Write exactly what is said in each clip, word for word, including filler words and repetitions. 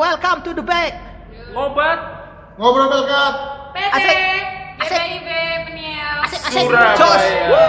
welcome to the back. Ngobat. Ngobrol belkat. P T Asik. G P I B Peniel. Asik asik. Surabaya. Jos.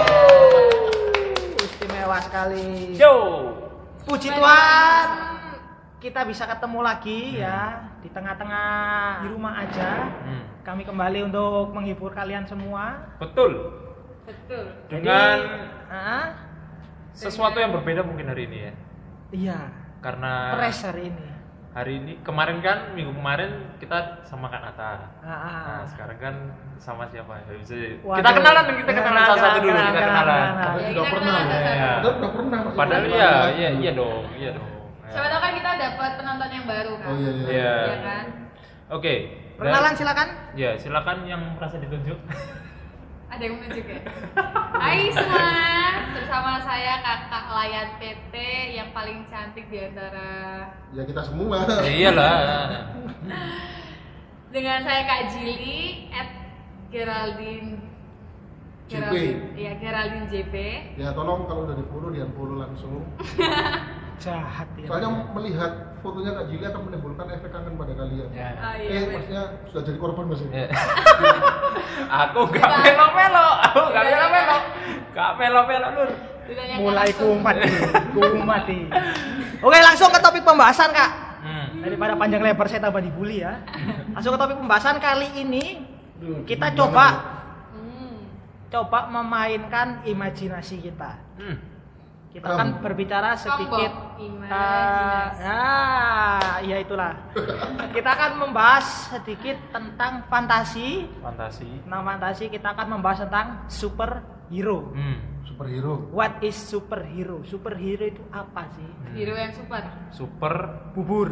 Istimewa sekali. Yo. Puji Tuhan, kita bisa ketemu lagi ya di tengah-tengah di rumah aja. Hmm. Kami kembali untuk menghibur kalian semua. Betul. Betul. Dengan Ah, sesuatu yang berbeda mungkin hari ini ya. iya. Karena Fresh hari ini. hari ini kemarin kan minggu kemarin kita sama Kak Nata. Ah, ah. Nah, sekarang kan sama siapa ya? Bisa Waduh. kita kenalan kita kenalan Kenalan, satu-satu dulu, kenalan, kita kenalan, kenalan. kenalan. Padahal Ya, sudah kita pernah. kenalan ya. satu-satu. Padahal sudah pernah. Mas. Padahal Sudah iya, pernah. iya, iya dong, iya dong. Ya. Siapa tahu kan kita dapat penonton yang baru kan? Oh iya iya. Iya. Iya kan? Oke. Perkenalan Dan- silakan. Ya, silakan yang merasa ditunjuk. Ada yang menunjuk ya? Hai semua, bersama saya Kakak Layan P T yang paling cantik di antara Ya kita semua. Ya iyalah. dengan saya Kak Jili at Geraldine J P. Geraldine, iya Geraldine J P. Ya tolong kalau udah di follow di unfollow langsung. Jahat ya. Soalnya melihat fotonya Kak Jili akan menimbulkan efek kangen pada kalian. Ya. Oh iya. Eh bener. maksudnya sudah jadi korban mas Ya. Aku gak melo-melo, aku gak melo-melo. Gak melo-melo Lur. Ditanya Mulai langsung. kumat nih, kumat nih. Oke, langsung ke topik pembahasan, Kak. Hmm. Daripada panjang lebar saya tambah dibully ya. Langsung ke topik pembahasan kali ini. Duh, Kita gimana coba Hmm. coba memainkan imajinasi kita. Hmm. Kita Kamu. akan berbicara sedikit. Kelompok imajinasi. Uh, nah, ya itulah. Kita akan membahas sedikit tentang fantasi. Fantasi. Tentang fantasi kita akan membahas tentang superhero. Hmm. Superhero. What is superhero? Superhero itu apa sih? Hero yang super. Super Bubur.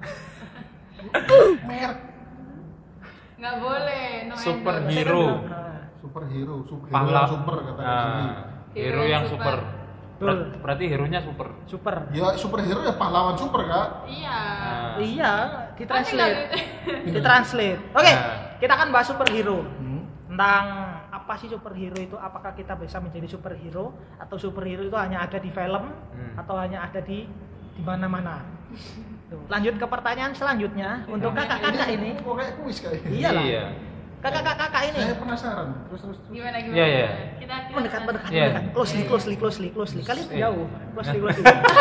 Merek. Nggak boleh. No Superhero. Nah, Superhero. Super, hero Pahala. yang super kata Kak Jili. Nah, hero yang super. Betul. Ber- Berarti hero-nya super. super. Ya superhero ya pahlawan super kak. Iya. Nah. Iya, ditranslate. Kan Ditranslate. Oke, Nah. kita akan bahas superhero. Hmm. Tentang apa sih superhero itu? Apakah kita bisa menjadi superhero atau superhero itu hanya ada di film Hmm. atau hanya ada di di mana-mana? Tuh, lanjut ke pertanyaan selanjutnya untuk kakak-kakak ini. Kok kayak kuis kayak ini? Iyalah. Iya. Kakak-kakak ini. Saya penasaran. Terus terus terus. Gimana gimana? Iya, iya. Kita, kita Mendekat, mendekat, Iya. mendekat. Closely, closely, closely, closely. Kalian Iya. jauh. Closely, closely.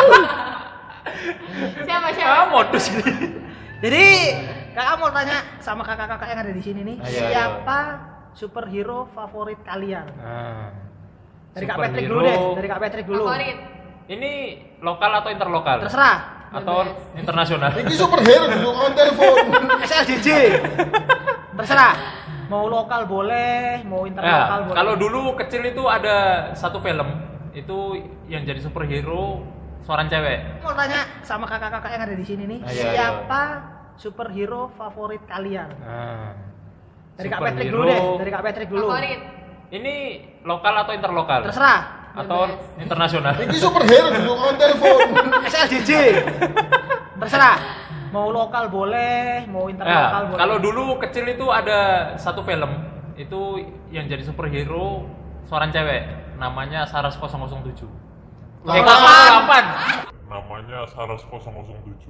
Siapa siapa? Ah, modus ini. Jadi, kakak mau tanya sama kakak-kakak yang ada di sini nih, Ayo, ayo. siapa superhero favorit kalian? Nah. Dari Kak Superhero. Patrick dulu deh, dari Kak Patrick dulu. Favorit. Ini lokal atau interlokal? Terserah. Atau internasional? Ini superhero dulu on telepon. S L J J. Terserah. Mau lokal boleh, mau interlokal Nah, boleh. kalau dulu kecil itu ada satu film itu yang jadi superhero seorang cewek. mau tanya sama kakak-kakak yang ada di sini nih, Ayo, ayo. siapa superhero favorit kalian? Nah, Dari Kak Patrick dulu superhero- deh, dari Kak Patrick dulu. Favorit. Ini lokal atau interlokal? Terserah. Atau internasional? Ini superhero dulu on telepon. S L J J. Terserah. Mau lokal boleh, mau interlokal Nah, boleh. kalau dulu kecil itu ada satu film itu yang jadi superhero seorang cewek namanya Saras nol nol tujuh. Eh, Lawan. nol nol delapan. Namanya Saras nol nol tujuh.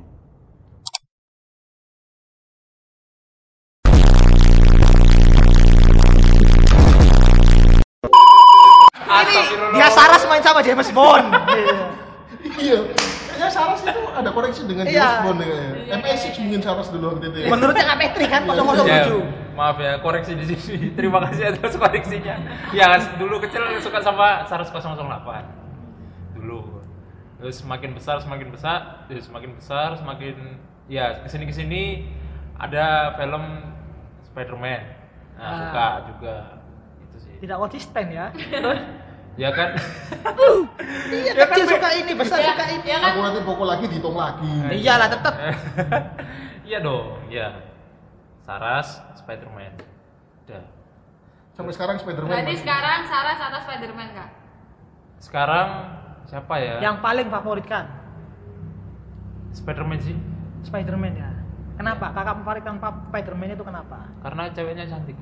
ini dia Saras main sama James Bond. Iya. Iya. Kayaknya Saras itu ada koneksi dengan Iya. James Bond ya. M S enam mungkin Saras dulu waktu itu. ya. Menurutnya Kak Patrick kan nol nol Ya, tujuh. maaf ya, koreksi di sini. Terima kasih atas koreksinya. Ya, dulu kecil suka sama Saras nol nol delapan. Dulu. Terus semakin besar, semakin besar, terus semakin besar, semakin ya kesini kesini ada film Spider-Man. Nah, Ah. suka juga. Itu sih. Tidak konsisten ya. Ya kan? Iya, kecil suka ini, besar Ya, suka ini. ya kan? Aku nanti pokok lagi dihitung lagi. Iyalah tetap. Iya dong, iya. Saras, Spider-Man. Udah. Sampai sekarang Spider-Man. Berarti masih. sekarang Saras atas Spiderman kak? Sekarang siapa ya? Yang paling favorit kan Spider-Man sih. Spider-Man ya. Kenapa? Kakak favoritkan pa- Spider-Man itu kenapa? Karena ceweknya cantik.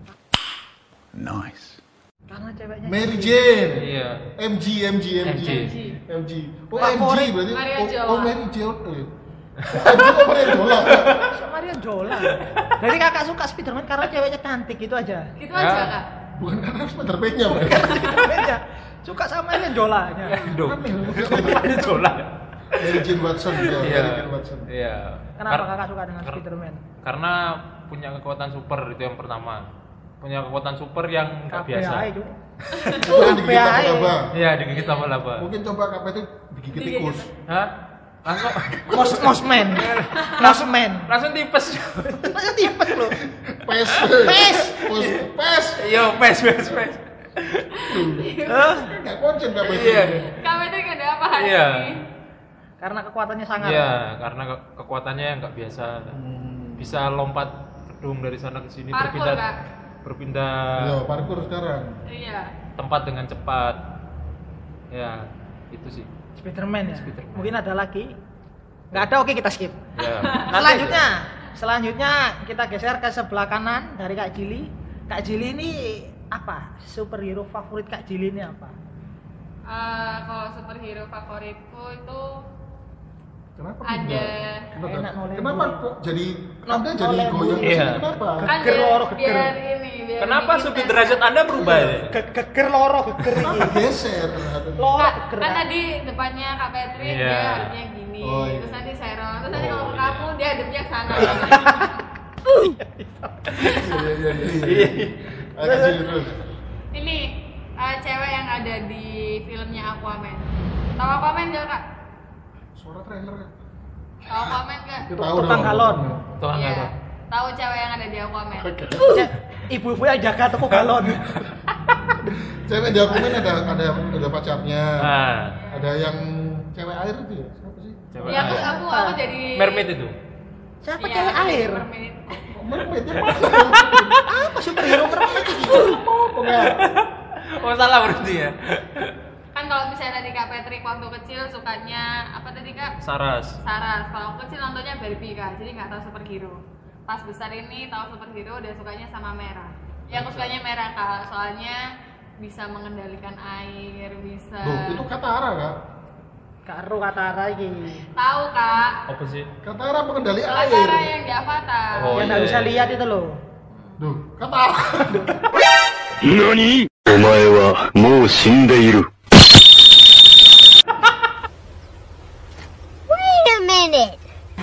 Karena ceweknya Mary Jane. Iya. M G M G M G M G. M G. Oh Favorit. M G berarti. Maria Oh, Jawa. oh Mary Jane. Oh, iya. Anjing kok Maria Jola. Maria Jola. Jadi kakak suka Spiderman karena ceweknya cantik gitu aja. Gitu Ya. aja kak. Bukan karena Spiderman-nya, Bro. Spiderman-nya. Suka sama Maria Jolanya. Duh. Ada Jola. Mary Jane Watson ya, Iya. Mary Jane Watson. Iya. Kenapa Kar- kakak suka dengan kar- Spiderman? Karena punya kekuatan super itu yang pertama. Punya kekuatan super yang nggak K P biasa. A itu. Bukan digigit K P I. laba-laba. Iya, digigit laba-laba. Mungkin coba K P itu digigit Digigit. tikus. Hah? Langsung Mos Mosman. Mosman. langsung tipes. Masa tipes lo. Pes. Pes. Pes. Pes. Yo, pes, pes, pes. Hah? Enggak konsen K P itu. Iya. Kamu itu gak ada apa hari Iya. ini? Karena kekuatannya sangat. Iya, karena ke- kekuatannya yang nggak biasa. Hmm. Bisa lompat gedung dari sana ke sini, Parkour, berpindah Kak. berpindah Iya, parkour sekarang. Iya. tempat dengan cepat. Ya, itu sih. Spiderman ya. Spiderman. Mungkin ada lagi. Nggak ada, oke kita skip. Ya. Selanjutnya, selanjutnya kita geser ke sebelah kanan dari Kak Jili. Kak Jili ini apa? Superhero favorit Kak Jili ini apa? Eh, kalau superhero favoritku itu Kenapa? Ada. Bunda? Kenapa, Enak noleh kenapa dulu. kok jadi Noleh Anda jadi dulu. goyang ke Iya. sini? Kenapa? kan Geger biar, loro, geger. biar ini biar Kenapa bikin sudut tensi. derajat Anda berubah ya? Ge- Geger loro, geger ini. Geser. Loro Kak, geger. kan tadi depannya Kak Petri Iya. dia harusnya gini, Oh, iya. terus nanti Serong, terus nanti Oh, kalau ke iya. kamu dia hadapnya ke sana. Iya, iya, iya, iya. Ayo kecil terus. Ini eh, cewek yang ada di filmnya Aquaman. Tahu Aquaman gak kak? Suara trailer kan? Tahu Aquaman gak? Kita tahu Tukang dong. galon. Tuhan Iya. apa? Tahu cewek yang ada di Aquaman? Ya, ibu-ibu yang jaga toko galon. Cewek di Aquaman ada ada ada pacarnya. Nah, Ada yang cewek air itu ya? Siapa sih? cewek Iya, aku air. aku aku jadi Mermaid itu. Siapa Iya, cewek aku jadi air? mermaid. Mermaid ya Pak. Apa superhero mermaid itu? Apa enggak? Oh, salah berarti ya. Kan kalau misalnya tadi Kak Petri waktu kecil sukanya apa tadi Kak? Saras. Saras. Kalau aku kecil nontonnya Barbie Kak, jadi nggak tahu superhero. Pas besar ini tahu superhero dan sukanya sama merah. Yang aku sukanya merah Kak, soalnya bisa mengendalikan air, bisa. Loh, itu Katara Kak. Karo Katara iki. Tahu Kak? Apa sih? Katara pengendali Katara air. yang di Avatar. Oh, Yang nggak iya, bisa iya. lihat itu loh. Duh, Katara. 何お前はもう死んでいる。 Wait a minute.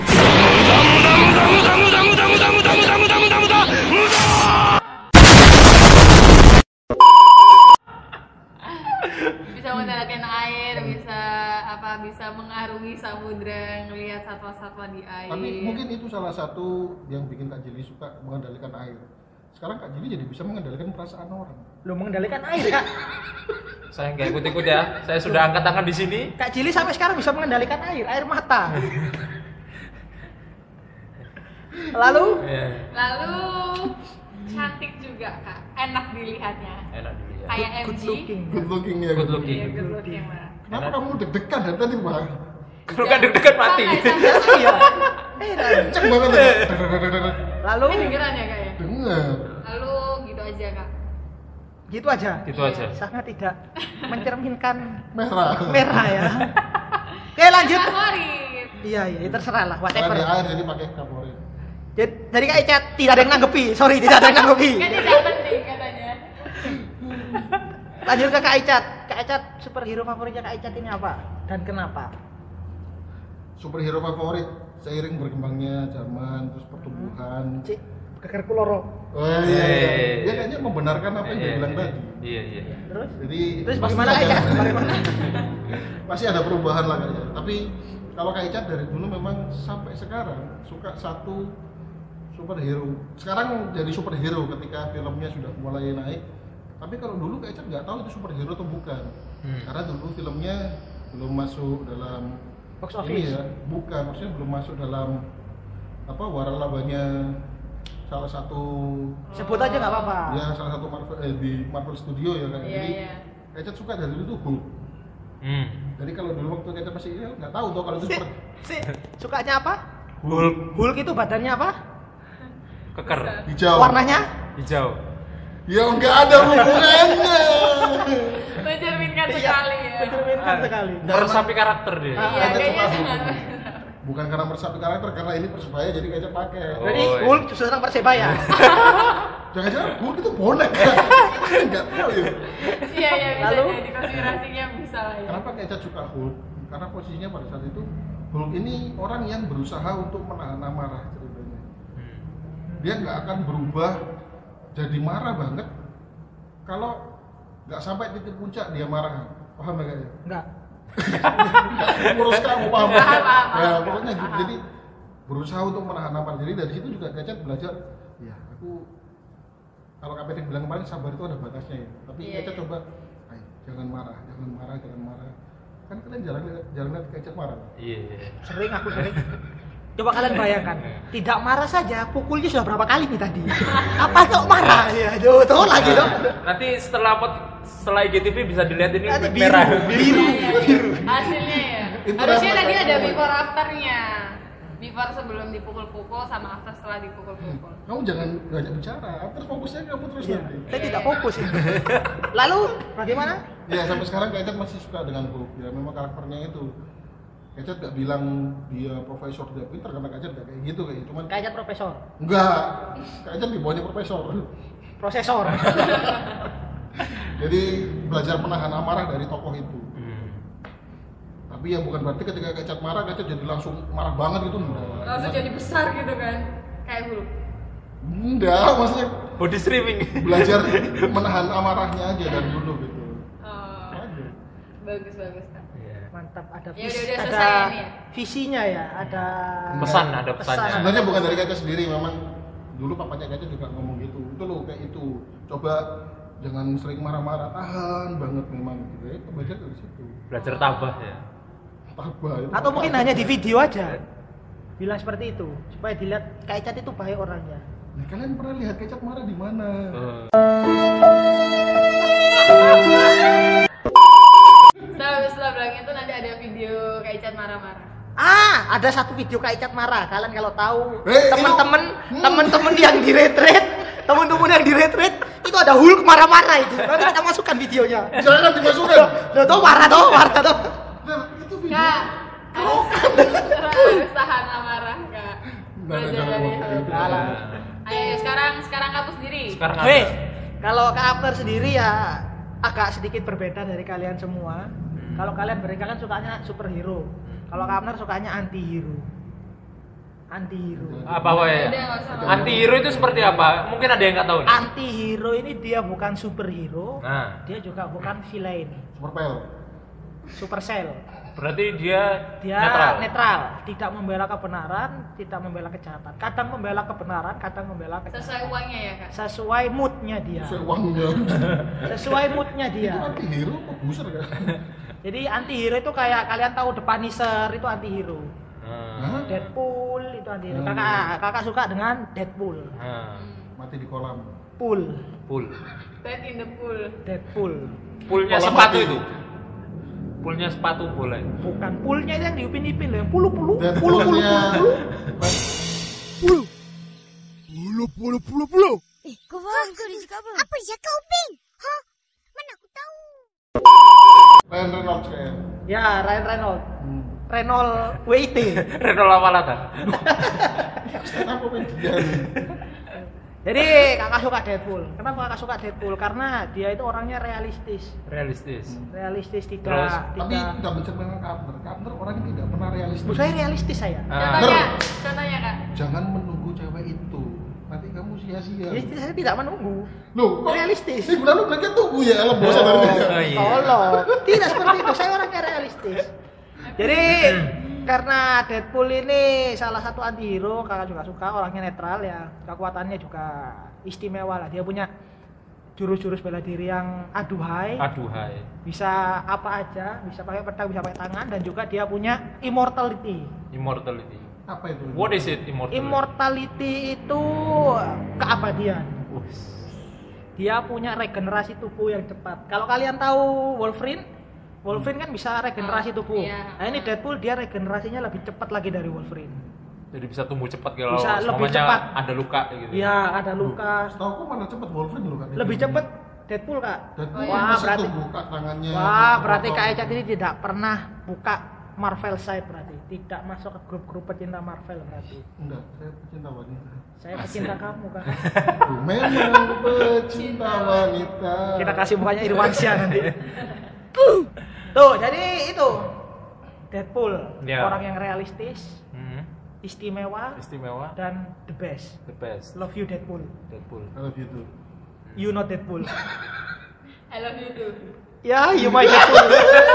Bisa mengendalikan air, bisa apa? Bisa mengarungi samudra, ngelihat satwa-satwa di air. Tapi mungkin itu salah satu yang bikin Kak Jili suka mengendalikan air. Sekarang Kak Jili jadi bisa mengendalikan perasaan orang. Lo mengendalikan air, Kak. Saya nggak ikut-ikut ya. Saya sudah angkat tangan di sini. Kak Jili sampai sekarang bisa mengendalikan air, air mata. Lalu Iya. Lalu cantik juga Kak, enak dilihatnya. Enak dilihat. Kayak M good G. looking. Good looking ya. Good looking. Iya, good looking Mbak. Kenapa kamu deg-degan dari tadi, Pak? Kalau kan deg-degan mati. Iya. Heran. Cek banget ya. Lalu Ini dengeran ya Kak ya? Dengar. Lalu gitu aja Kak. gitu aja. Gitu Iya. aja. Sangat tidak mencerminkan Merah. merah ya. Oke, lanjut. Favorit. Iya, iya, terserah lah, Karena whatever. di air jadi pakai kaporit. Jadi dari Kak Icat tidak ada yang nanggepi. Sorry, tidak ada yang nanggepi. Kan tidak penting katanya. Lanjut ke Kak Icat. Kak Icat, superhero favoritnya Kak Icat ini apa dan kenapa? Superhero favorit seiring berkembangnya zaman terus pertumbuhan. Cik, geger kuloro. Oh iya, iya. Eh. Dia kayaknya membenarkan apa yang dia Iya, bilang iya. tadi. Iya, iya. Terus? Jadi Terus pasti bagaimana ada- Kak Icat? Bagaimana? Pasti ada perubahan lah kayaknya. Tapi kalau Kak Icat dari dulu memang sampai sekarang suka satu superhero. Sekarang jadi superhero ketika filmnya sudah mulai naik. Tapi kalau dulu Kak Icat nggak tahu itu superhero atau bukan. Hmm. Karena dulu filmnya belum masuk dalam Box ini office. ya, bukan, maksudnya belum masuk dalam apa waralabanya salah satu Sebut aja nggak apa-apa. ya salah satu Marvel eh, di Marvel Studio ya kan. Iya, Jadi iya. Kak Icat suka dari dulu tuh Hulk. Hmm. Jadi kalau dulu waktu kita masih kecil nggak tahu tuh kalau itu Si, super si, sukanya apa? Hulk Hulk itu badannya apa? keker hijau. Warnanya? hijau. Ya nggak ada hubungannya. Mencerminkan sekali ya. Mencerminkan sekali. Meresapi karakter dia. Ah, Iya, Ada kayaknya suka jangan. bukan karena meresapi karakter, karena ini Persebaya jadi Kecap pakai. Oh, Jadi iya. Hulk justru serang Persebaya. Jangan-jangan Hulk itu bonek. Enggak tahu ya. Iya iya bisa Lalu? jadi konspirasinya bisa lah ya. Kenapa Kecap suka Hulk? Karena posisinya pada saat itu Hulk ini orang yang berusaha untuk menahan amarah ceritanya. Dia nggak akan berubah jadi marah banget kalau nggak sampai titik puncak dia marah. Paham nggak ya? Enggak. Ngurus kamu paham? Paham, paham, Ya paham. pokoknya gitu. Paham. Jadi berusaha untuk menahan amarah. Jadi dari situ juga Kecap belajar. Ya aku kalau K P D bilang kemarin sabar itu ada batasnya ya. Tapi Iya, Kecap iya. coba, "Ay, jangan marah, jangan marah, jangan marah." Kan kalian jarang jarang lihat Kecap marah. Iya. Sering aku sering. Coba kalian bayangkan, tidak marah saja, pukulnya sudah berapa kali nih tadi? Apa kok marah ya? Tuh, tuh lagi dong. Nanti setelah pot setelah I G T V bisa dilihat ini Nanti biru, merah. biru. Iya, iya. Hasilnya ya. Itu Harusnya apa? tadi ada before afternya. Before sebelum dipukul-pukul sama after setelah dipukul-pukul. Kamu jangan banyak bicara, terus fokusnya kamu terus Iya, nanti. saya tidak fokus itu. Lalu bagaimana? Ya sampai sekarang Kecap masih suka dengan Hulk. Ya memang karakternya itu. Kecap gak bilang dia profesor dia pintar karena Kecap gak kayak gitu kayak cuman Kayak profesor, enggak. Kecap di bawahnya profesor. prosesor. Jadi belajar menahan amarah dari tokoh itu. Hmm. Tapi ya bukan berarti ketika Kecap marah, Kecap jadi langsung marah banget gitu enggak. Langsung jadi besar gitu kan. Kayak Hulk. Enggak, maksudnya Body streaming. belajar menahan amarahnya aja dari dulu gitu. Oh, Aja. bagus bagus Kak. Mantap, ada Ya, vis- udah, udah ada selesai ini ya? visinya ya, ada Pesan, ada pesannya. Sebenarnya bukan dari Kecap sendiri, memang dulu papanya Kecap juga ngomong gitu. Itu loh kayak itu. Coba jangan sering marah-marah, tahan banget memang gitu. Ya, itu belajar dari situ. Belajar tabah ya. Tabah itu. atau mungkin hanya di video aja. Bilang seperti itu supaya dilihat kayak Cat itu baik orangnya. Nah, kalian pernah lihat Kecap marah di mana? Setelah setelah bilang itu nanti ada video kayak Cat marah-marah. Ah, ada satu video kayak Cat marah. Kalian kalau tahu Eh, teman-teman itu- Hmm. teman-teman yang di retreat, teman-teman yang di retreat itu ada Hulk marah-marah itu. Nanti kita masukkan videonya. Jangan dimasukkan. Loh, tuh marah tuh, marah tuh. Nah, itu video. Kak, harus, harus tahan amarah Kak. Nah, Belajar jangan dari ngomong Hulk. gitu. Alah. Ayo sekarang sekarang kamu sendiri. Sekarang Hei, ada. kalau Kak Abner sendiri ya agak sedikit berbeda dari kalian semua. Kalau kalian mereka kan sukanya superhero. Kalau Kak Abner sukanya anti-hero. Anti-hero. Apa Pak ya? Udah, nggak usah. Anti hero itu seperti apa? Mungkin ada yang nggak tahu nih. Anti-hero ini dia bukan superhero, Nah, dia juga bukan villain. Superpel. Supercell. berarti dia, Dia netral. netral, tidak membela kebenaran, tidak membela kejahatan. Kadang membela kebenaran, kadang membela kejahatan. Sesuai uangnya ya Kak. Sesuai moodnya dia. Sesuai uangnya. Sesuai moodnya Itu dia. anti hero kok buser kan? Jadi anti-hero itu kayak kalian tahu The Punisher itu anti-hero. Hmm. Hah? Deadpool itu anti-hero. Hmm. Kakak kakak suka dengan Deadpool. Hmm. Mati di kolam. Pool, Pool. Bad in the pool. Deadpool. Poolnya Kolam sepatu mati. itu. Poolnya sepatu boleh. Bukan poolnya itu yang diupin-ipin loh, yang pulu-pulu, Deadpool pulu-pulu, artinya- pulu-pulu. Eh, kau faham ke dia cakap apa? Apa dia cakap Upin? Hah? Mana aku tahu? Ryan Reynolds kayak. Ya, Ryan Reynolds. Hmm. Reynolds W I T. Renol Lawalata. Kenapa main dia? Jadi kakak suka Deadpool. Kenapa kakak suka Deadpool? Karena dia itu orangnya realistis. Realistis. Realistis tidak Terus, Tapi tidak. tidak mencerminkan Kapner. Kapner orang yang tidak pernah realistis. Menurut saya realistis saya. Ah. Contohnya, contohnya Kak. Jangan menunggu cewek itu. Nanti kamu sia-sia. Jadi saya tidak menunggu. Loh, kok Realistis. Ini bulan lu mereka tunggu ya, alam bosan dari dia. Oh, iya. Tolong. Tidak seperti itu. Saya orangnya realistis. Jadi karena Deadpool ini salah satu anti-hero, kakak juga suka, orangnya netral ya. Kekuatannya juga istimewa lah. Dia punya jurus-jurus bela diri yang aduhai. Aduhai. Bisa apa aja, bisa pakai pedang, bisa pakai tangan, dan juga dia punya immortality. Immortality. Apa itu? What is it immortality? Immortality itu keabadian. Wus. Dia punya regenerasi tubuh yang cepat. Kalau kalian tahu Wolverine, Wolverine kan bisa regenerasi Ah, tubuh. iya. Nah ini Deadpool dia regenerasinya lebih cepat lagi dari Wolverine. Jadi bisa tumbuh cepat kalau Bisa lebih semuanya cepat. ada luka gitu. Iya, ada luka. Setahu aku mana cepet Wolverine dulu kan. Lebih cepat Deadpool kak. Deadpool Oh, iya. Wah masih berarti, tuh buka tangannya. wah tuh berarti potong. Kak Ecat ini tidak pernah buka Marvel side berarti, tidak masuk ke grup-grup pecinta Marvel berarti. Enggak, saya pecinta wanita. Saya pecinta kamu kan. Aku memang pecinta wanita. Kita kasih mukanya Irwansyah nanti. Tuh, jadi itu Deadpool, Ya. orang yang realistis, Hmm. istimewa, Istimewa. dan the best. The best. Love you Deadpool. Deadpool. Kalau gitu. You not Deadpool. I love you too. Ya, you my Deadpool.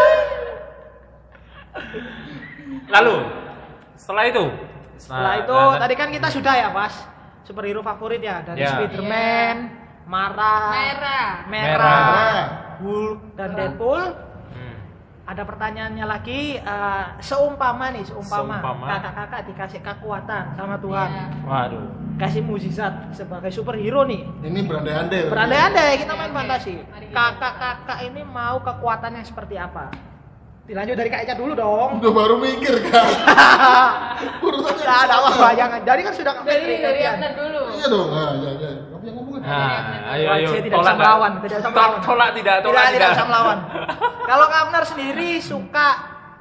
Lalu setelah itu, Setelah nah, itu nah, nah, tadi kan kita sudah ya, Pas. Superhero favorit ya, dari Ya. Spider-Man, Mara, Merah. Merah, Merah. Hulk dan Deadpool. hmm. Ada pertanyaannya lagi, eh, seumpama nih, seumpama, Seumpama. kakak-kakak dikasih kekuatan sama Tuhan, Iya. Waduh. kasih mukjizat sebagai superhero nih. Ini berandai-andai. Berandai-andai kita main Oke, fantasi. mari kita. Kakak-kakak ini mau kekuatan yang seperti apa? Dilanjut dari Kak Eca dulu dong. Udah baru mikir kan. Urusannya Nggak ada sama. apa jangan. Jadi kan sudah Dari kembali dari Abner dulu. Iya dong. Nah, ya, ya. Apa yang ngomongin? Nah, ayo Wah, ayo. saya tidak Tolak bisa nggak? melawan, tidak bisa Tolak, melawan. tolak tidak, tolak tidak, tidak. tidak bisa melawan. Kalau Kak Abner sendiri suka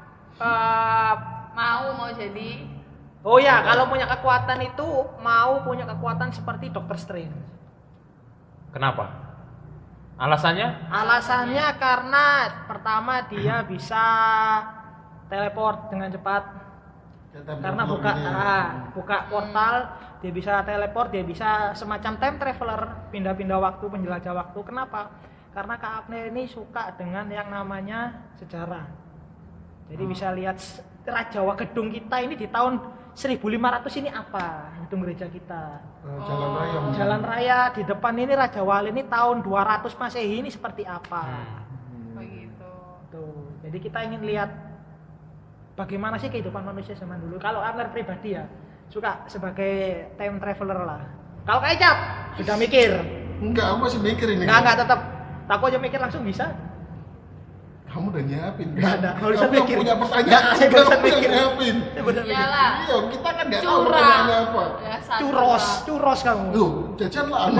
eh, Mau mau jadi oh ya, kalau punya kekuatan itu mau punya kekuatan seperti Doctor Strange. Kenapa? Alasannya? Alasannya karena pertama dia bisa teleport dengan cepat. Karena buka ah, buka portal, dia bisa teleport, dia bisa semacam time traveler, pindah-pindah waktu, penjelajah waktu. Kenapa? Karena Kak Abner ini suka dengan yang namanya sejarah. Jadi Hmm. bisa lihat s- Rajawa gedung kita ini di tahun seribu lima ratus ini apa? Gedung gereja kita. Eh, Jalan raya. mungkin. Jalan raya di depan ini Raja Wali ini tahun dua ratus Masehi ini seperti apa? Hmm. begitu. Tuh. Jadi kita ingin lihat bagaimana sih kehidupan manusia zaman dulu. Kalau Abner pribadi ya suka sebagai time traveler lah. Kalau Kak Ecap sudah mikir. Enggak, aku masih mikir ini. Enggak, enggak tetap. Takut aja mikir langsung bisa. Kamu udah nyiapin. Enggak ada. Kalau bisa Kamu yang mikir. punya Enggak, pertanyaan. saya nggak bisa Kamu yang mikir. nyiapin. Saya bener mikir. Iyalah. Iya, kita kan nggak tahu Curang. pertanyaannya apa. Dasar Curos, curang. curos kamu. Loh, jajan lah anak.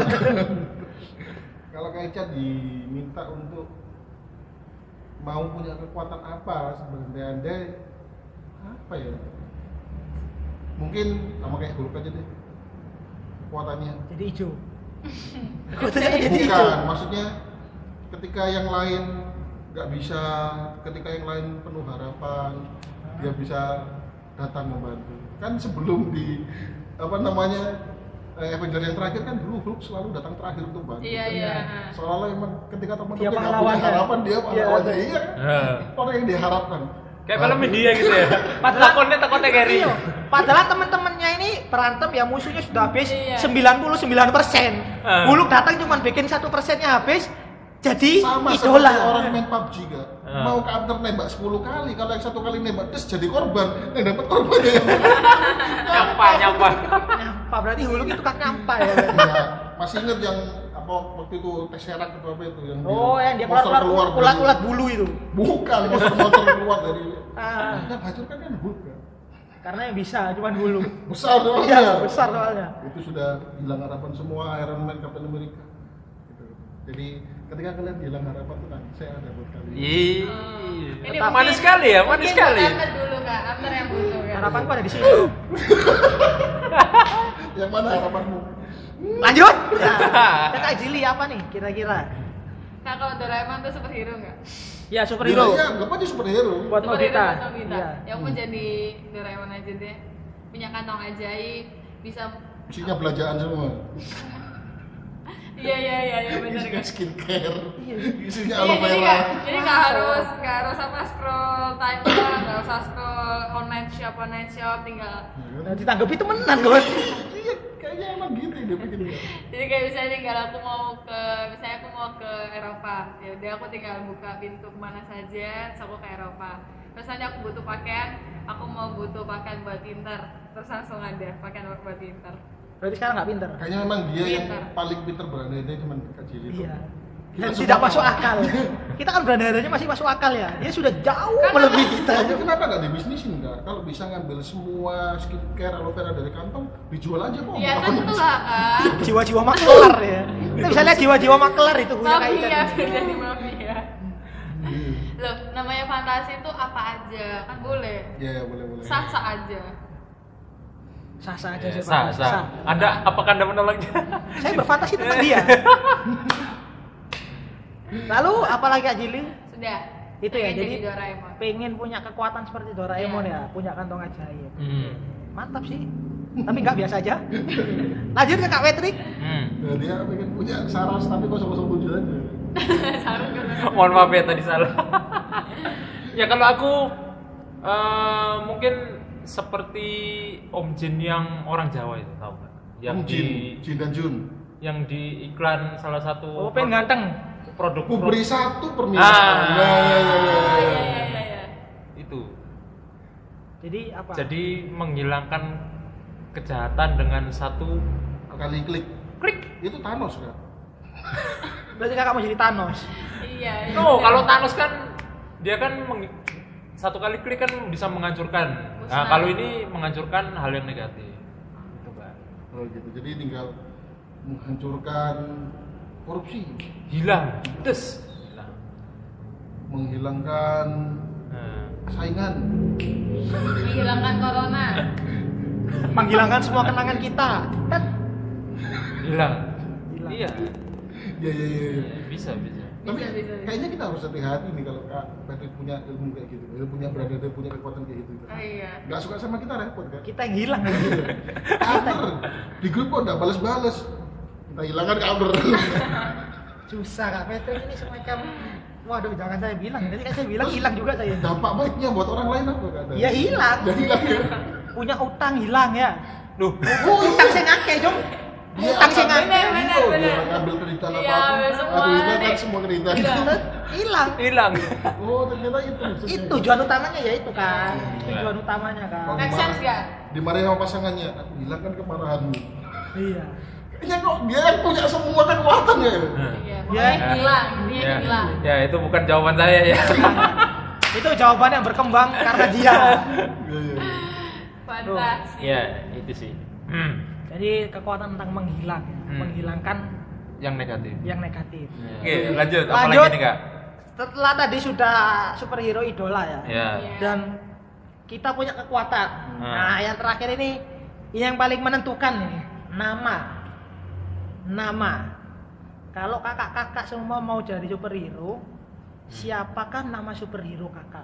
Kalau kayak Eca diminta untuk mau punya kekuatan apa sebenarnya apa ya? Mungkin sama kayak Hulk aja deh kekuatannya. Jadi hijau. Kekuatannya jadi hijau. Bukan, maksudnya ketika yang lain nggak bisa, ketika yang lain penuh harapan, dia bisa datang membantu. Kan sebelum di apa namanya eh, Avenger yang terakhir kan dulu Hulk selalu datang terakhir untuk bantu. Iya Kan iya. seolah-olah emang ketika Dia teman-teman nggak punya pahlawannya. harapan dia Iya, pahlawannya. betul. Iya kan? Nah. Orang yang diharapkan. Kayak film India gitu ya. Padahal- Takonnya takonnya Gary. Iya. Padahal teman-temannya ini berantem ya musuhnya sudah habis Iya. sembilan puluh sembilan persen. Ah. Hulk datang cuma bikin satu persennya habis. Jadi Sama idola. seperti orang main P U B G gak? Ah. Mau ke Abner nembak sepuluh kali, kalau yang satu kali nembak terus jadi korban, yang dapat korbannya yang Nyapa, nyapa. Nyampa berarti Hulk itu kan nyampa ya. Iya, masih inget yang apa waktu itu Tesseract atau apa itu yang Oh, yang dia monster keluar dari- ulat-ulat bulu itu. Bukan, monster-monster keluar dari Ah. yang hancurkan kan Hulk kan? Karena yang bisa cuman Hulk. Besar Iya, soalnya. besar soalnya. Itu sudah hilang harapan semua Iron Man, Captain America. Gitu. Jadi ketika kalian hilang harapan tuh kan saya ada buat kalian. Ih. Ini Manis mungkin- sekali ya, manis mungkin sekali. buat Abner dulu kak, Abner yang butuh kan. Harapanku ada di sini. Yang mana harapanmu? Lanjut. Nah, Kak Jili apa nih kira-kira? Kak kalau Doraemon tuh superhero nggak? Ya superhero. Iya, anggap aja superhero. Buat Superhero Nobita. buat Nobita. Iya. Ya aku jadi Doraemon aja deh. Punya kantong ajaib, bisa. Isinya belanjaan semua. Iya iya iya iya benar Isinya kan. skincare. Isinya Iya aloe jadi vera. nggak jadi nggak harus nggak harus apa scroll timeline, nggak usah scroll online shop online shop, tinggal. Nah, ditanggapi temenan kawan. Iya, kayaknya emang gitu dia bikin. Jadi kayak misalnya tinggal aku mau ke misalnya aku mau ke Eropa, ya udah aku tinggal buka pintu kemana saja, terus aku ke Eropa. Terus nanti aku butuh pakaian, aku mau butuh pakaian buat pinter, terus langsung ada pakaian buat pinter. Berarti sekarang nggak pinter. Kayaknya memang dia yang Pinter. paling pinter berandai cuma Kak Jili. Iya. Kita Dan semua tidak tahu. masuk akal. Kita kan berandai-andainya masih masuk akal ya. Dia sudah jauh Kan melebihi kita. Tapi kenapa nggak dibisnisin nggak? Kalau bisa ngambil semua skincare aloe vera dari kantong, dijual aja kok. Iya tentu lah kak. Jiwa-jiwa maklar ya. Kita bisa lihat jiwa-jiwa maklar itu punya kayak Mafia, ikan. jadi mafia. Loh, namanya fantasi itu apa aja? Kan boleh. Ya, ya boleh boleh. Sah-sah aja. Sah-sah aja Ya, sih. sah, Pak. sah. Anda apakah Anda menolaknya? Saya berfantasi tentang dia. Lalu apalagi Kak Jili? Sudah. Itu ya, Pengen jadi Doraemon. pengen punya kekuatan seperti Doraemon Iya. ya, punya kantong ajaib. Hmm. Mantap sih. Tapi nggak biasa aja. Lanjut ke Kak Patrick. Hmm. Nah, dia pengen punya Saras tapi nol nol tujuh aja. Sarung kan. Mohon maaf ya tadi salah. Ya kalau aku eh, mungkin seperti Om Jin yang orang Jawa itu tahu nggak? Yang Om di Jin, Jin dan Jun. yang di iklan salah satu Oh, pengen ganteng. produk Ku beri satu permintaan. Ah. Nah, ya, ya, ya, Oh ya. iya iya iya iya. itu. Jadi apa? Jadi menghilangkan kejahatan dengan satu Kali klik. klik. Itu Thanos kan? Berarti Kakak mau jadi Thanos. Iya iya. No, kalau Thanos kan dia kan meng- satu kali klik kan bisa menghancurkan. Nah, Musnah. kalau ini menghancurkan hal yang negatif. Itu, Pak. Oh gitu. Jadi tinggal menghancurkan korupsi, Hilang, des. Hilang. menghilangkan Nah, saingan. Menghilangkan corona. Menghilangkan semua kenangan kita. Tet. hilang. Hilang. Iya. Ya ya ya. Iya, bisa, bisa. Tapi Bisa, bisa, bisa. kayaknya kita harus hati-hati nih kalau Kak Patrick punya ilmu kayak gitu, dia punya berada dia punya kekuatan kayak gitu. Oh iya. Gak suka sama kita repot kan? Kita yang hilang. Cover di grup kok nggak balas-balas. Kita hilangkan cover. Susah Kak Patrick ini semacam waduh jangan saya bilang. Jadi kan saya bilang hilang juga saya. Dampak baiknya buat orang lain apa Kak? Ya hilang. Ya hilang ya. Punya utang hilang ya. Duh. Oh, utang saya ngake, Jom. Dia Utang saya akan- ngake. Bener, bener, Iya, bener. dia ambil kreditan Iya, apapun. ambil semua Aduh, hilangkan nih. semua kreditan. Hilang. Hilang. Oh, ternyata itu. maksudnya. Itu tujuan utamanya ya itu kan. Iya. Tujuan utamanya kan. Kalau Make sense dimarah- gak? Dimarahin sama pasangannya, aku hilangkan kemarahanmu. Iya. Kayaknya kok dia yang punya semua kekuatan ya. Nah. Iya. Ya. Pokoknya hilang, dia Ya, hilang. ya itu bukan jawaban saya ya. Itu jawaban yang berkembang karena dia. Iya, iya. Fantasi. Ya, itu sih. Hmm. Jadi kekuatan tentang menghilang, ya. Hmm. menghilangkan Yang negatif. yang negatif. Oke, lanjut. Apa Lanjut. lagi nih, Kak? Setelah tadi sudah superhero idola ya. Ya. Iya. Dan kita punya kekuatan. Hmm. Nah, yang terakhir ini yang paling menentukan ini nama. Nama. Kalau kakak-kakak semua mau jadi superhero, siapakah nama superhero kakak?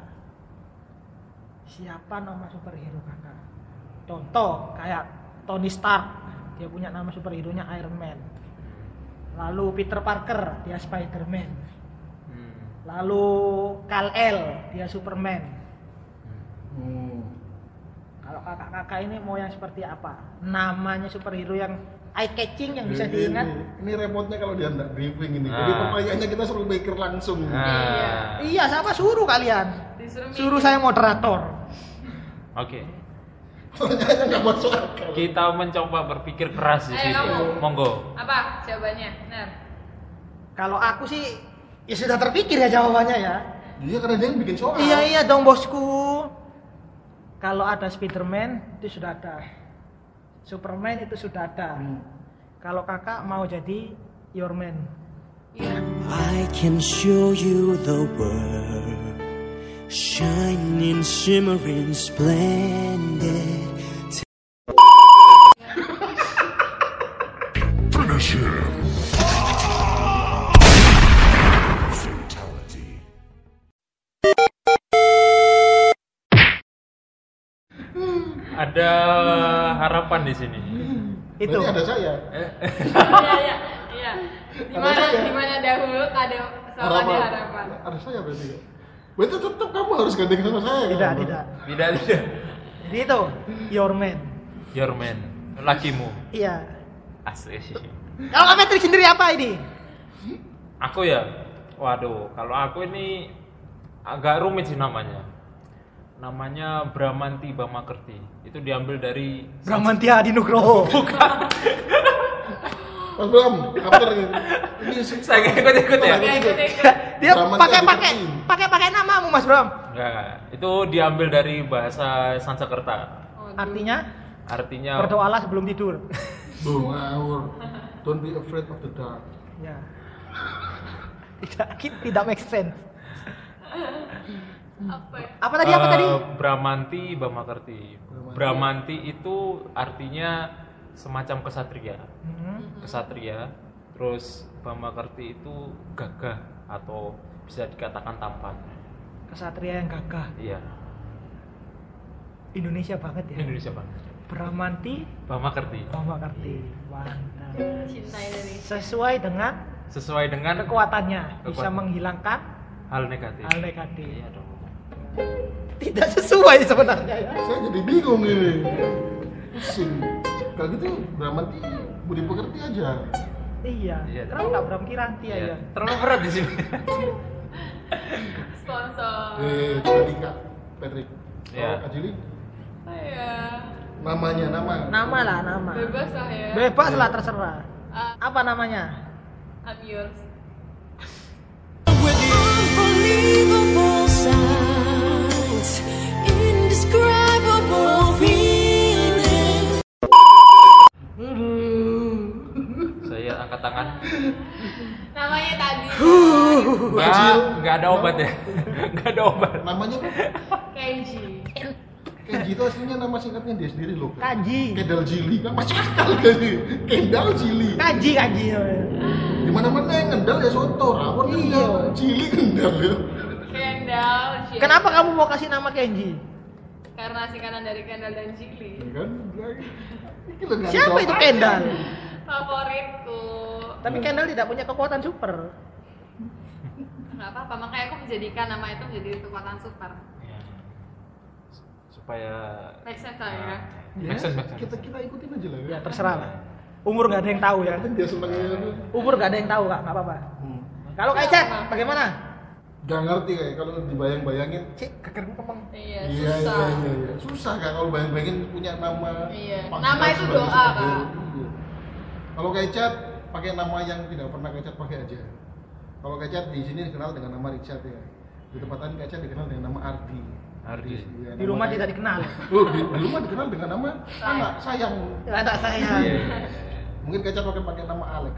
Siapa nama superhero kakak? Contoh kayak Tony Stark, dia punya nama superhero-nya Iron Man. Lalu Peter Parker, dia Spider-Man. Hmm. Lalu Kal-El, dia Superman. Hmm. Kalau kakak-kakak ini mau yang seperti apa? Namanya superhero yang eye catching yang bisa Ini- diingat. Ini, ini repotnya kalau dia nggak briefing ini. Ah. Jadi pertanyaannya kita suruh mikir langsung. Nah. Iya, sama suruh kalian. Disuruh Suruh mikir. saya moderator. Oke. Pertanyaannya nggak masuk akal. Kita mencoba berpikir keras di Ayo, sini. kamu. Monggo. Apa jawabannya? Benar. Kalau aku sih ya sudah terpikir ya jawabannya ya. Iya karena dia yang bikin soal. Iya iya dong bosku. Kalau ada Spiderman itu sudah ada. Superman itu sudah ada. Hmm. Kalau kakak mau jadi Your Man. Iya. I can show you the world, shining, shimmering, splendid. Finish him. Fatality. Ada harapan di sini. Itu. Berarti ada saya. Iya iya iya. Di mana saya. di mana dahulu ada selalu ada harapan. Ada saya berarti ya. Berarti tetap kamu harus gandeng sama saya. Tidak kan? tidak. Tidak, tidak. Jadi itu Your Man. Your man. Lakimu. Iya. Asik. Kalau Kak Patrick sendiri apa ini? Aku ya. Waduh, kalau aku ini agak rumit sih namanya. Namanya Bramanti Bamakerti. Itu diambil dari Bramantia Adi Nugroho. Mas Bram, kabar ini. Ini Saya nggak ikut-ikut ya? Oke, ikut ikut. Dia Bramantia pakai Adi pakai Nugroho. pakai pakai namamu Mas Bram. Enggak, enggak. Itu diambil dari bahasa Sanskerta. Oh, Artinya Artinya berdoalah sebelum tidur. Boom, ngawur. Don't be afraid of the dark. Ya. Tidak tidak make sense. Apa ya? Apa tadi apa Eh, tadi? Bramanti, Bamakerti. Bramanti itu artinya semacam kesatria. Hmm. Kesatria. Terus Bamakerti itu gagah atau bisa dikatakan tampan. Kesatria yang gagah. Iya, Indonesia banget ya. Indonesia banget. Bramanti, Bamakerti. Bamakerti. Mantap. Cinta Indonesia. Sesuai dengan Sesuai dengan kekuatannya bisa Kekuatan. menghilangkan hal negatif. hal negatif. Iya dong. Tidak sesuai sebenarnya ya. Saya jadi bingung ini. Pusing. Kalau gitu Bramanti budi pekerti aja. Iya. Iya, Kenapa nggak Bram Kiranti Iya. aja? Terlalu berat di sini. Sponsor. Eh, tadi Kak Patrick. Iya. Kalau Kak Jili, Saya namanya nama. Nama lah nama. bebas lah ya. Bebas lah terserah. Ah, Apa namanya? I'm yours. With unbelievable signs, indescribable feeling. Saya angkat tangan. Namanya tadi Enggak, enggak ada obat ya. Enggak ada obat. Namanya apa? Kenji. Kenji itu aslinya nama singkatnya dia sendiri loh. Kanji. Kendal Jili kan masuk akal kan? Kendal Jili. Kanji kanji. Di mana-mana yang ngendal ya soto, rawon kendal, Jili kendal ya. Kendall. Jili. Kenapa kamu mau kasih nama Kenji? Karena singkatan dari Kendall dan Jili. Ya kan? Ini lo nggak Siapa dijawab itu apa. Kendall? Favoritku. Tapi Kendall tidak punya kekuatan super. Nggak apa-apa, makanya aku menjadikan nama itu menjadi kekuatan super. Ya. Supaya Make sense lah ya. Make sense, make sense. Kita kita ikutin aja lah ya. Ya terserah lah. Umur nggak ada yang tahu ya. Penting dia senangnya itu. Umur nggak ada yang tahu kak, nggak apa-apa. Hmm. Kalau Kak Ica, bagaimana? Gak ngerti kayak kalau dibayang-bayangin. Cik, keker kemeng. Iya, Iya susah. iya iya. iya. Susah kan kalau bayang-bayangin punya nama. Iya. panggilan Nama itu sebagai doa, superhero. Kak. Iya. Kalau Kecat pakai nama yang tidak pernah Kecat pakai aja. Kalau Kecat di sini dikenal dengan nama Richard ya. Di tempat lain Kecat dikenal dengan nama Ardi. Ardi. Iya, Di rumah namanya- tidak dikenal. Oh, di, di rumah dikenal dengan nama anak sayang. Anak saya. Iya, iya, iya. Mungkin Kecat akan pakai nama Alex.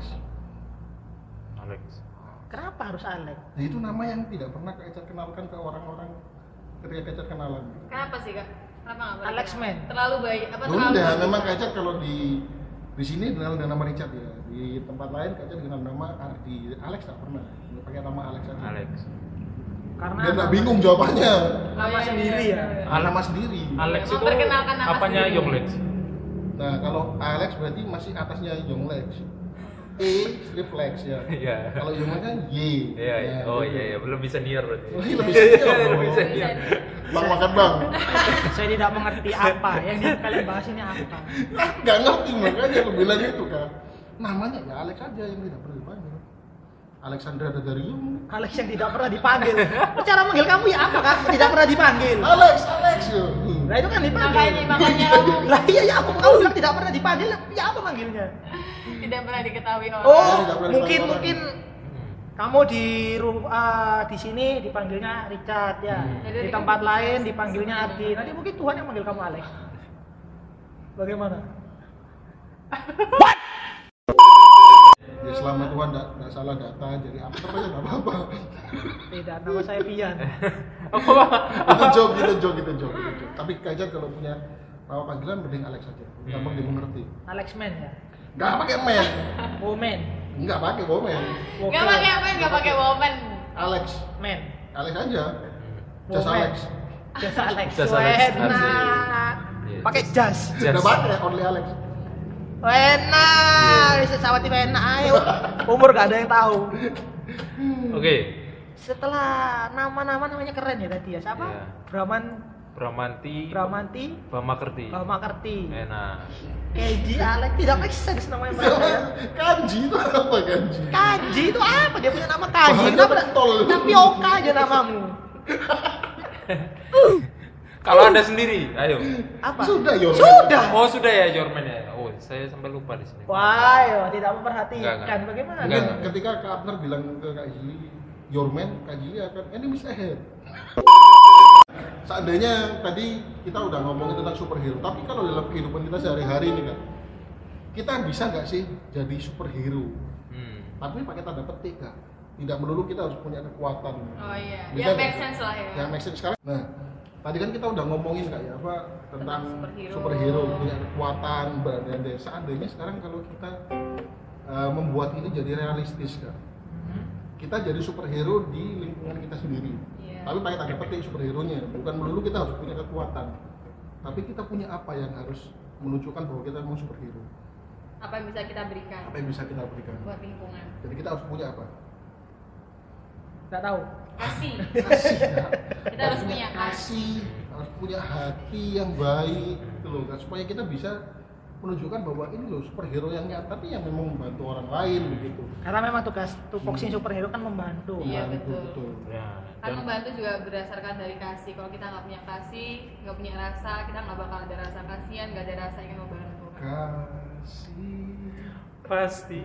Alex. Kenapa harus Alex? Nah, itu nama yang tidak pernah Kecat kenalkan ke orang-orang ketika Kecat kenalan. Kenapa sih kak? Kenapa nggak boleh? Alex kenal? Man. Terlalu baik. Apa Ya terlalu udah, baik? memang Kecat kalau di di sini dikenal dengan nama Richard ya. Di tempat lain Kecat dengan nama Ardi. Alex tak pernah. Dia pakai nama Alex aja. Alex. Karena Dia nggak bingung jawabannya. Nama Oh, iya, sendiri iya, ya. iya. Al- nama sendiri. Alex itu Memperkenalkan nama apanya sendiri. Yonglex? Nah, kalau Alex berarti masih atasnya Yonglex. E strip Lex ya. Iya. Kalau Yonglex kan Y. Iya, iya. Nah, Oh gitu. iya, iya. Belum bisa senior berarti. Oh, iya, lebih senior. Lebih senior. Bang makan bang. Saya tidak mengerti apa yang di- kalian bahas ini apa. Gak ngerti makanya aku bilang itu kan. Namanya ya Alex aja yang tidak pernah dipanggil. Alexandra Dadarium. Alex yang tidak pernah dipanggil. Cara manggil kamu ya apa kak? Tidak pernah dipanggil. Alex, Alex yo. Nah itu kan dipanggil. Makanya, makanya kamu Lah iya ya aku kamu bilang tidak pernah dipanggil. Ya apa manggilnya? tidak pernah diketahui orang. Oh tidak pernah mungkin dipanggil mungkin kamu di ru- ah, di sini dipanggilnya Richard ya. Di tempat lain dipanggilnya Ardi. Nanti mungkin Tuhan yang manggil kamu Alex. Bagaimana? Ya selama Tuhan tidak salah data jadi apa aja nggak apa-apa. Tidak, nama saya Pian. Itu joke, itu joke, itu joke, itu joke. Tapi Kajar kalau punya nama panggilan mending Alex aja. Gampang dia mengerti. Alex Man ya. Nggak pakai men, Woman. nggak pakai woman. Nggak pakai apa? Nggak pakai woman. Alex, Man. Alex aja. Just Woman. Alex. Just Alex. Just Alex, Enak. asik. Pakai jas. Just. Udah pakai only Alex. Enak. Bisa sawati enak ayo. Umur gak ada yang tahu. Oke. Setelah nama-nama namanya keren ya tadi ya. Siapa? Iya. Braman Bramanti, Bramanti Bamakerti. Bamakerti. Enak. Keji Alex tidak make sense namanya mereka ya. Kanji itu apa kanji? Kanji itu apa? Dia punya nama Kanji. Bahannya Kenapa pentol. tapioka aja namamu? Kalau Anda sendiri, ayo. Apa? Sudah yo. Sudah. Oh, sudah ya Jorman ya. Oh, saya sampai lupa di sini. Wah, yo, tidak memperhatikan. Enggak, enggak. Bagaimana? Mungkin ketika Kak Abner bilang ke Kak Jili, your man, Kak Jili akan enemies ahead. Seandainya tadi kita udah ngomongin tentang superhero, tapi kalau dalam kehidupan kita sehari-hari nih Kak, kita bisa nggak sih jadi superhero? Hmm. Tapi pakai tanda petik Kak. tidak melulu kita harus punya kekuatan. Oh iya, Bisa yang make nggak? sense lah ya. Yang make sense sekarang. Nah, tadi kan kita udah ngomongin kayak apa tentang Tentang superhero. superhero punya kekuatan, berandai seandainya sekarang kalau kita uh, membuat ini jadi realistis kan. Kita jadi superhero di lingkungan kita sendiri. Iya. Tapi pakai tanda petik superhero-nya, bukan melulu kita harus punya kekuatan. Tapi kita punya apa yang harus menunjukkan bahwa kita memang superhero. Apa yang bisa kita berikan Apa yang bisa kita berikan? buat lingkungan? Jadi kita harus punya apa? Nggak tahu. Kasih. Kasih. Ya. Kita harus punya kasih, harus punya hati yang baik, gitu loh, kan? Supaya kita bisa menunjukkan bahwa ini loh superhero yang nyata, tapi yang memang membantu orang lain begitu. Karena memang tugas tupoksi superhero kan membantu. Iya, Membantu, betul. Ya, Kan dan- membantu juga berdasarkan dari kasih. Kalau kita nggak punya kasih, nggak punya rasa, kita nggak bakal ada rasa kasihan, nggak ada rasa ingin membantu. Kasih. pasti.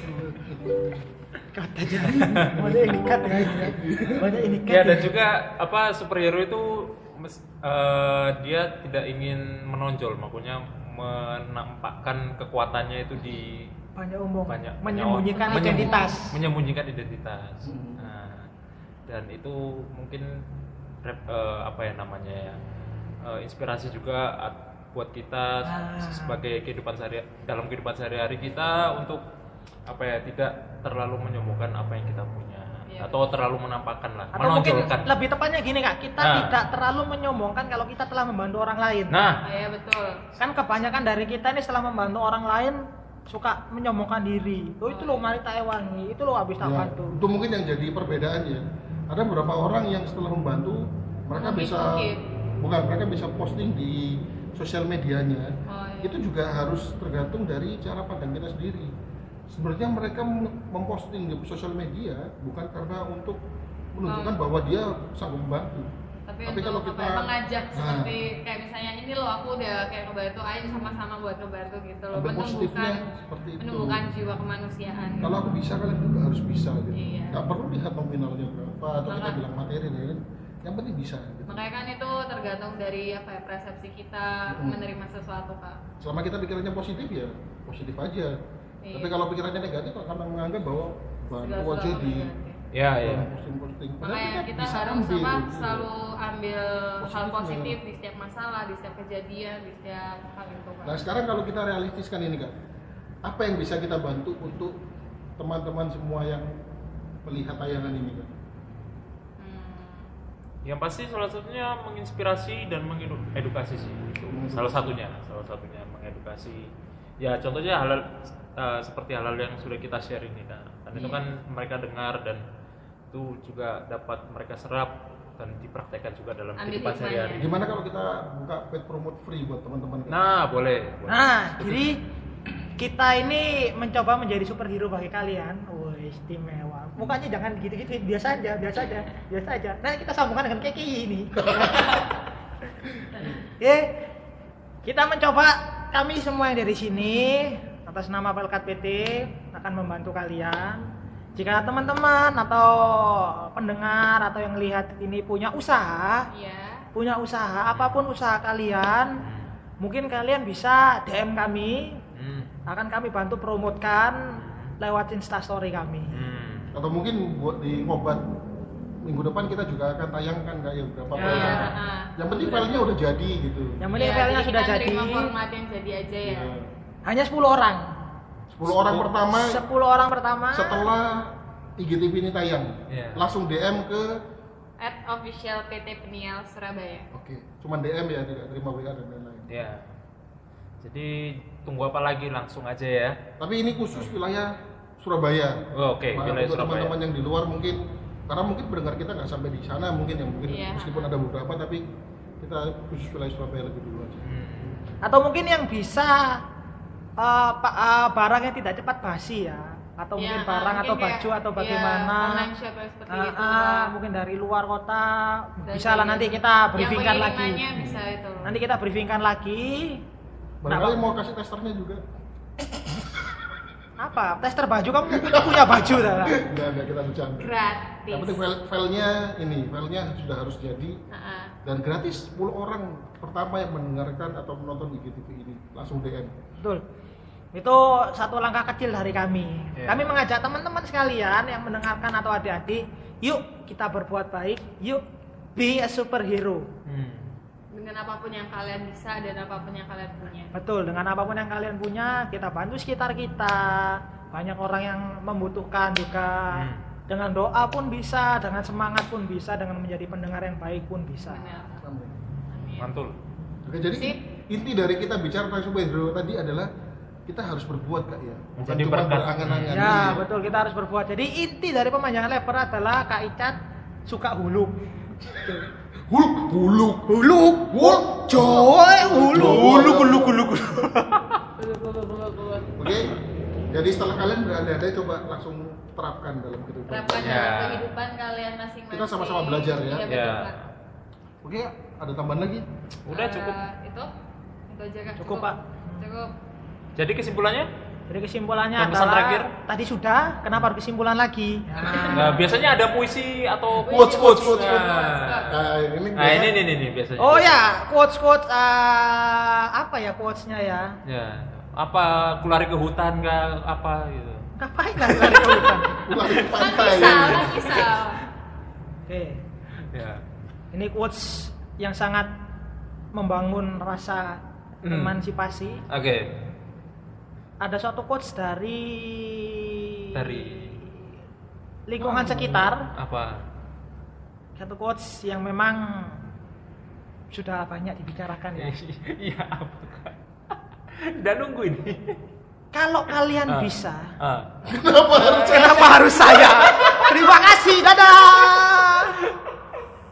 Kata jadi. Banyak ini cut ya. Banyak ini cut. Ya, dan juga apa superhero itu mes- eh, dia tidak ingin menonjol, makanya menampakkan kekuatannya itu di banyak umum. banyak Menyembunyikan menyem- identitas. menyembunyikan identitas. Hmm. Nah, dan itu mungkin rep- eh, apa ya namanya ya, eh, inspirasi juga at- buat kita Ah. sebagai kehidupan sehari dalam kehidupan sehari-hari kita untuk apa ya, tidak terlalu menyombongkan apa yang kita punya. Iya. Atau terlalu menampakkan lah, Atau mungkin menonjolkan. lebih tepatnya gini Kak, kita Nah. tidak terlalu menyombongkan kalau kita telah membantu orang lain. Nah, Iya betul. Kan kebanyakan dari kita ini setelah membantu orang lain suka menyombongkan diri. Oh itu loh mari tak ewangi, itu loh habis tak Ya, bantu. itu mungkin yang jadi perbedaannya. Ada beberapa orang yang setelah membantu mereka bisa Mungkin-mungkin. bukan mereka bisa posting di sosial medianya. Oh, iya. Itu juga harus tergantung dari cara pandang kita sendiri. Sebenarnya mereka mem- memposting di sosial media bukan karena untuk menunjukkan Oh. bahwa dia sanggup membantu. Tapi, Tapi untuk kalau apa kita- ya, mengajak Nah. seperti kayak misalnya ini loh aku udah kayak ngebantu, ayo sama-sama buat ngebantu gitu loh, Ambil positifnya menumbuhkan seperti itu. menumbuhkan jiwa kemanusiaan. Kalau aku bisa, kalian juga harus bisa gitu. Iya. Nggak perlu lihat nominalnya berapa atau kita Maka- bilang materi kan. Yang penting bisa gitu. Makanya kan itu tergantung dari apa ya, persepsi kita Hmm. menerima sesuatu Kak. Selama kita pikirannya positif ya positif aja. Iya. Tapi kalau pikirannya negatif akan menganggap bahwa bantu Segala aja sesuatu di negatif. ya ya. posting-posting. Padahal Makanya kita bisa harus ambil apa, gitu. selalu ambil hal Positifnya. positif di setiap masalah, di setiap kejadian, di setiap hal itu Kak. Nah sekarang kalau kita realistiskan ini Kak, apa yang bisa kita bantu untuk teman-teman semua yang melihat tayangan ini Kak? Hmm. Yang pasti salah satunya menginspirasi dan mengedukasi sih. Itu salah satunya, salah satunya mengedukasi. Ya contohnya hal uh, seperti hal-hal yang sudah kita share ini kan. Dan itu Iya. kan mereka dengar dan itu juga dapat mereka serap dan dipraktekkan juga dalam Ambil kehidupan hikmahnya. sehari-hari. Gimana kalau kita buka paid promote free buat teman-teman Kak? Nah, boleh. boleh. Nah, jadi kita ini mencoba menjadi superhero bagi kalian. Wah, istimewa. Mukanya jangan gitu-gitu, biasa aja, biasa aja, biasa aja. Nah, kita sambungkan dengan Keki ini. Oke. Kita mencoba, kami semua yang dari sini atas nama Pelkat P T akan membantu kalian. Jika teman-teman atau pendengar atau yang lihat ini punya usaha, Iya. punya usaha, apapun usaha kalian, mungkin kalian bisa D M kami, Hmm. akan kami bantu promotkan lewat Instastory kami. Hmm. Atau mungkin buat di ngobat minggu depan kita juga akan tayangkan Kak ya berapa Ya. file. Nah, Yang penting filenya udah jadi gitu. Yang penting iya, filenya jadi sudah kita jadi. terima format yang jadi aja ya. Ya. Hanya sepuluh orang. sepuluh orang pertama sepuluh orang pertama. setelah I G T V ini tayang, Iya. langsung D M ke At official P T Peniel Surabaya. Oke, cuman D M ya, tidak terima W A dan lain-lain. Ya. Jadi tunggu apa lagi, langsung aja ya. Tapi ini khusus wilayah Surabaya. Oh, oke, Nah, wilayah untuk Surabaya. teman-teman yang di luar mungkin, karena mungkin pendengar kita nggak sampai di sana mungkin yang mungkin Iya. meskipun ada beberapa, tapi kita khusus wilayah Surabaya lebih dulu aja. Hmm. Atau mungkin yang bisa uh, pa- uh, barang yang tidak cepat basi ya, atau Ya, mungkin ah, barang mungkin atau kayak, baju atau ya, bagaimana. online shop yang seperti Ah, itu. ah, Kak. mungkin dari luar kota Dan bisa lah dari- nanti kita briefingkan yang lagi. pengirimannya bisa itu. Nanti kita briefingkan lagi. Barangkali Nah, mau kasih testernya juga. apa? Tester baju kamu punya, punya baju dah. Enggak, enggak kita bercanda. Gratis. Yang penting file- filenya ini, filenya sudah harus jadi Ah, dan gratis. Sepuluh orang pertama yang mendengarkan atau menonton I G T V ini langsung D M. Betul. Itu satu langkah kecil dari kami. Yeah. Kami mengajak teman-teman sekalian yang mendengarkan atau adik-adik, yuk kita berbuat baik, yuk be a superhero. Hmm. Dengan apapun yang kalian bisa dan apapun yang kalian punya. Betul, dengan apapun yang kalian punya, kita bantu sekitar kita. Banyak orang yang membutuhkan juga. Hmm. Dengan doa pun bisa, dengan semangat pun bisa, dengan menjadi pendengar yang baik pun bisa. Benar. Amin. Mantul. Oke, jadi Sip. inti dari kita bicara tentang superhero tadi adalah kita harus berbuat Kak ya. Bukan Menjadi cuma berkat. berangan-angan. Ya, betul, kita harus berbuat. Jadi inti dari pemanjangan lebar adalah Kak Icat suka huluk. Huluk, huluk, Huluk, huluk, coy, huluk. Huluk, huluk, huluk. Oke. Jadi setelah kalian berandai-andai coba langsung terapkan dalam kehidupan. Terapkan Ya. dalam kehidupan kalian masing-masing. Kita sama-sama belajar ya. Iya, betul, Ya. Kak. Oke, ada tambahan lagi? Udah Eh, cukup. itu? Itu aja Kak. Cukup, Pak. Cukup. Jadi kesimpulannya? Jadi kesimpulannya Dan pesan adalah terakhir? tadi sudah, kenapa harus kesimpulan lagi? Nah, biasanya ada puisi atau Puisi, quotes quotes. quotes, quotes. Nah, Nah, ini nah ini nih nih nih biasanya. Oh ya, quotes quotes uh, apa ya quotesnya ya? Ya, apa kulari ke hutan kah apa gitu. Ngapain lah lari ke hutan? Ulah di Kan pantai. bisa, kan bisa. Oke, Ya. ini quotes yang sangat membangun rasa Hmm. emansipasi. Oke. Ada suatu quotes dari Dari lingkungan sekitar. apa? Satu quotes yang memang sudah banyak dibicarakan ya. Iya apa Kak? Udah nunggu ini. Kalau kalian Ah. bisa, Ah. Kenapa harus kenapa harus saya? Terima kasih, dadah.